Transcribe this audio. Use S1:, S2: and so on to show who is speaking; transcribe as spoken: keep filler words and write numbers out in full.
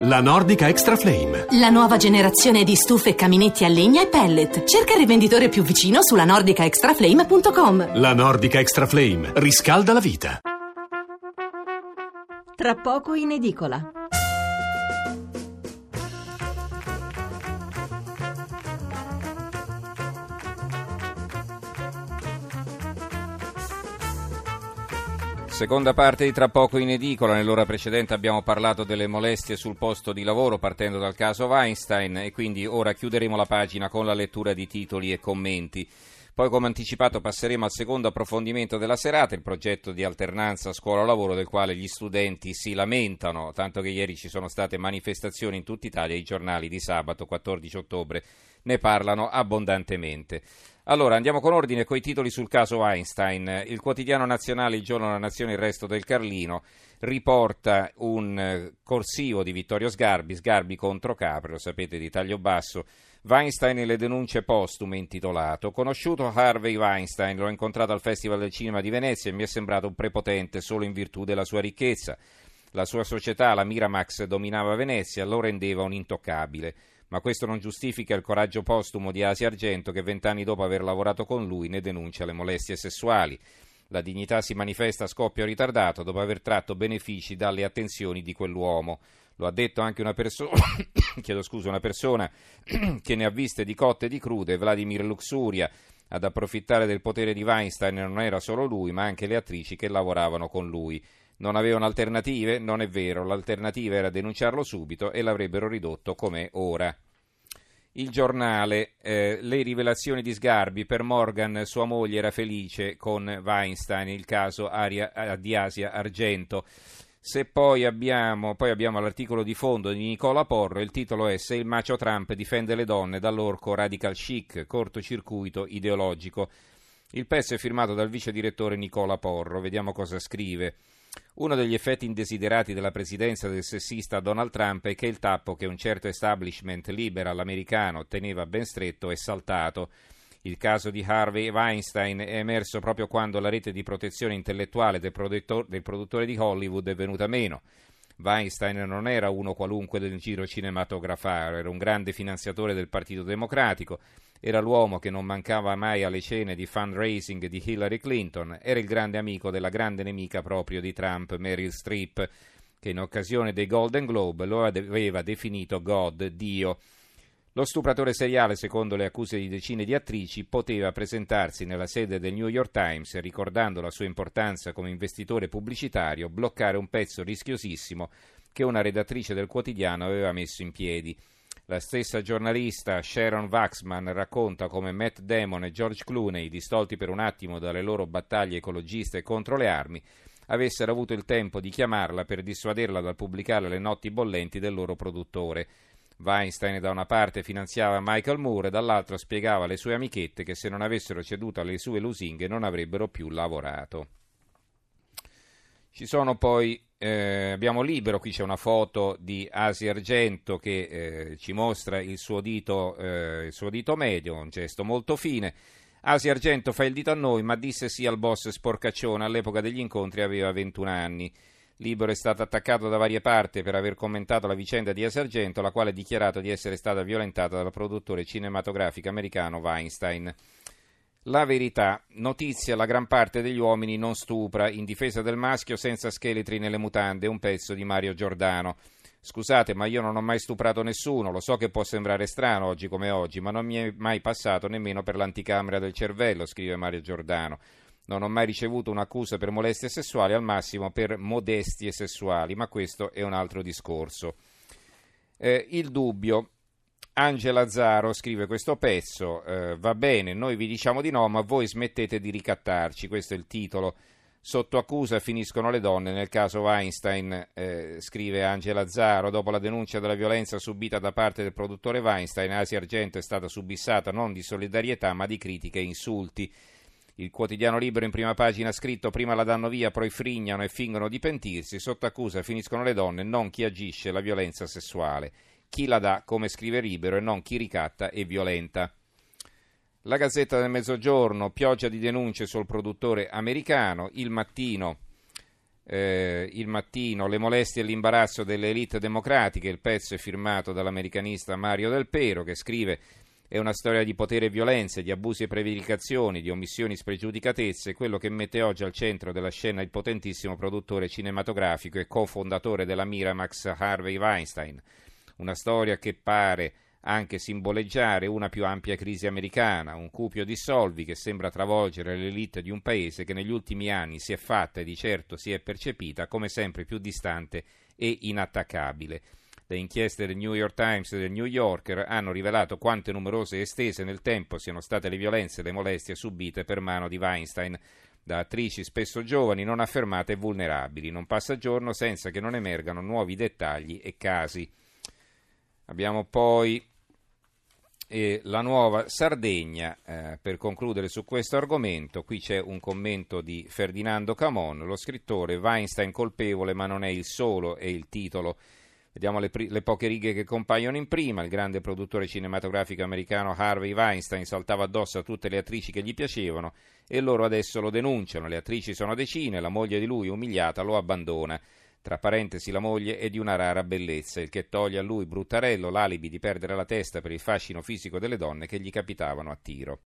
S1: La Nordica Extra Flame.
S2: La nuova generazione di stufe e caminetti a legna e pellet. Cerca il rivenditore più vicino sulla nordica extra flame punto com.
S1: La Nordica Extra Flame riscalda la vita.
S2: Tra poco in edicola.
S3: Seconda parte di Tra poco in edicola. Nell'ora precedente abbiamo parlato delle molestie sul posto di lavoro partendo dal caso Weinstein e quindi ora chiuderemo la pagina con la lettura di titoli e commenti. Poi, come anticipato, passeremo al secondo approfondimento della serata, il progetto di alternanza scuola-lavoro del quale gli studenti si lamentano, tanto che ieri ci sono state manifestazioni in tutta Italia. I giornali di sabato quattordici ottobre ne parlano abbondantemente. Allora, andiamo con ordine coi titoli sul caso Weinstein. Il quotidiano nazionale, Il Giorno della Nazione, Il Resto del Carlino riporta un corsivo di Vittorio Sgarbi, Sgarbi contro Capri, lo sapete, di taglio basso. Weinstein e le denunce postume, intitolato. Conosciuto Harvey Weinstein, l'ho incontrato al Festival del Cinema di Venezia e mi è sembrato un prepotente solo in virtù della sua ricchezza. La sua società, la Miramax, dominava Venezia, lo rendeva un intoccabile. Ma questo non giustifica il coraggio postumo di Asia Argento che vent'anni dopo aver lavorato con lui ne denuncia le molestie sessuali. La dignità si manifesta a scoppio ritardato dopo aver tratto benefici dalle attenzioni di quell'uomo. Lo ha detto anche una persona, chiedo scusa, una persona che ne ha viste di cotte e di crude, Vladimir Luxuria. Ad approfittare del potere di Weinstein non era solo lui, ma anche le attrici che lavoravano con lui. Non avevano alternative? Non è vero, l'alternativa era denunciarlo subito e l'avrebbero ridotto com'è ora. Il Giornale, eh, le rivelazioni di Sgarbi, per Morgan sua moglie era felice con Weinstein, il caso Aria, di Asia Argento. Se poi abbiamo, poi abbiamo l'articolo di fondo di Nicola Porro, il titolo è Se il macho Trump difende le donne dall'orco radical chic, cortocircuito ideologico. Il pezzo è firmato dal vice direttore Nicola Porro, vediamo cosa scrive. Uno degli effetti indesiderati della presidenza del sessista Donald Trump è che il tappo che un certo establishment liberal americano teneva ben stretto è saltato. Il caso di Harvey Weinstein è emerso proprio quando la rete di protezione intellettuale del, produttor- del produttore di Hollywood è venuta meno. Weinstein non era uno qualunque del giro cinematografico, era un grande finanziatore del Partito Democratico, era l'uomo che non mancava mai alle cene di fundraising di Hillary Clinton, era il grande amico della grande nemica proprio di Trump, Meryl Streep, che in occasione dei Golden Globe lo aveva definito God, Dio. Lo stupratore seriale, secondo le accuse di decine di attrici, poteva presentarsi nella sede del New York Times e, ricordando la sua importanza come investitore pubblicitario, bloccare un pezzo rischiosissimo che una redattrice del quotidiano aveva messo in piedi. La stessa giornalista Sharon Waxman racconta come Matt Damon e George Clooney, distolti per un attimo dalle loro battaglie ecologiste contro le armi, avessero avuto il tempo di chiamarla per dissuaderla dal pubblicare le notti bollenti del loro produttore. Weinstein da una parte finanziava Michael Moore e dall'altro spiegava alle sue amichette che se non avessero ceduto alle sue lusinghe non avrebbero più lavorato. Ci sono poi, eh, abbiamo Libero, qui c'è una foto di Asia Argento che eh, ci mostra il suo dito, eh, il suo dito medio, un gesto molto fine. Asia Argento fa il dito a noi ma disse sì al boss sporcaccione, all'epoca degli incontri aveva ventuno anni. Libero è stato attaccato da varie parti per aver commentato la vicenda di Asia Argento, la quale ha dichiarato di essere stata violentata dal produttore cinematografico americano Weinstein. La Verità, notizia, la gran parte degli uomini non stupra, in difesa del maschio senza scheletri nelle mutande, un pezzo di Mario Giordano. Scusate, ma io non ho mai stuprato nessuno, lo so che può sembrare strano oggi come oggi, ma non mi è mai passato nemmeno per l'anticamera del cervello, scrive Mario Giordano. Non ho mai ricevuto un'accusa per molestie sessuali, al massimo per modestie sessuali, ma questo è un altro discorso. Eh, il Dubbio. Angela Zaro scrive questo pezzo, eh, va bene, noi vi diciamo di no, ma voi smettete di ricattarci, questo è il titolo. Sotto accusa finiscono le donne, nel caso Weinstein, eh, scrive Angela Zaro, dopo la denuncia della violenza subita da parte del produttore Weinstein, Asia Argento è stata subissata non di solidarietà ma di critiche e insulti. Il quotidiano Libero in prima pagina ha scritto prima la danno via, poi frignano e fingono di pentirsi, sotto accusa finiscono le donne, non chi agisce la violenza sessuale. Chi la dà, come scrive Libero, e non chi ricatta e violenta. La Gazzetta del Mezzogiorno, pioggia di denunce sul produttore americano. Il Mattino, Eh, il Mattino, le molestie e l'imbarazzo delle elite democratiche, il pezzo è firmato dall'americanista Mario Del Pero, che scrive: è una storia di potere e violenze, di abusi e prevaricazioni, di omissioni e spregiudicatezze, quello che mette oggi al centro della scena il potentissimo produttore cinematografico e cofondatore della Miramax Harvey Weinstein. Una storia che pare anche simboleggiare una più ampia crisi americana, un cupio di solvi che sembra travolgere l'elite di un paese che negli ultimi anni si è fatta e di certo si è percepita come sempre più distante e inattaccabile. Le inchieste del New York Times e del New Yorker hanno rivelato quante numerose e estese nel tempo siano state le violenze e le molestie subite per mano di Weinstein da attrici spesso giovani, non affermate e vulnerabili. Non passa giorno senza che non emergano nuovi dettagli e casi. Abbiamo poi e la Nuova Sardegna, eh, per concludere su questo argomento. Qui c'è un commento di Ferdinando Camon, lo scrittore. Weinstein colpevole ma non è il solo, è il titolo. Vediamo le, pri- le poche righe che compaiono in prima. Il grande produttore cinematografico americano Harvey Weinstein saltava addosso a tutte le attrici che gli piacevano e loro adesso lo denunciano. Le attrici sono decine, la moglie di lui, umiliata, lo abbandona. Tra parentesi, la moglie è di una rara bellezza, il che toglie a lui, bruttarello, l'alibi di perdere la testa per il fascino fisico delle donne che gli capitavano a tiro.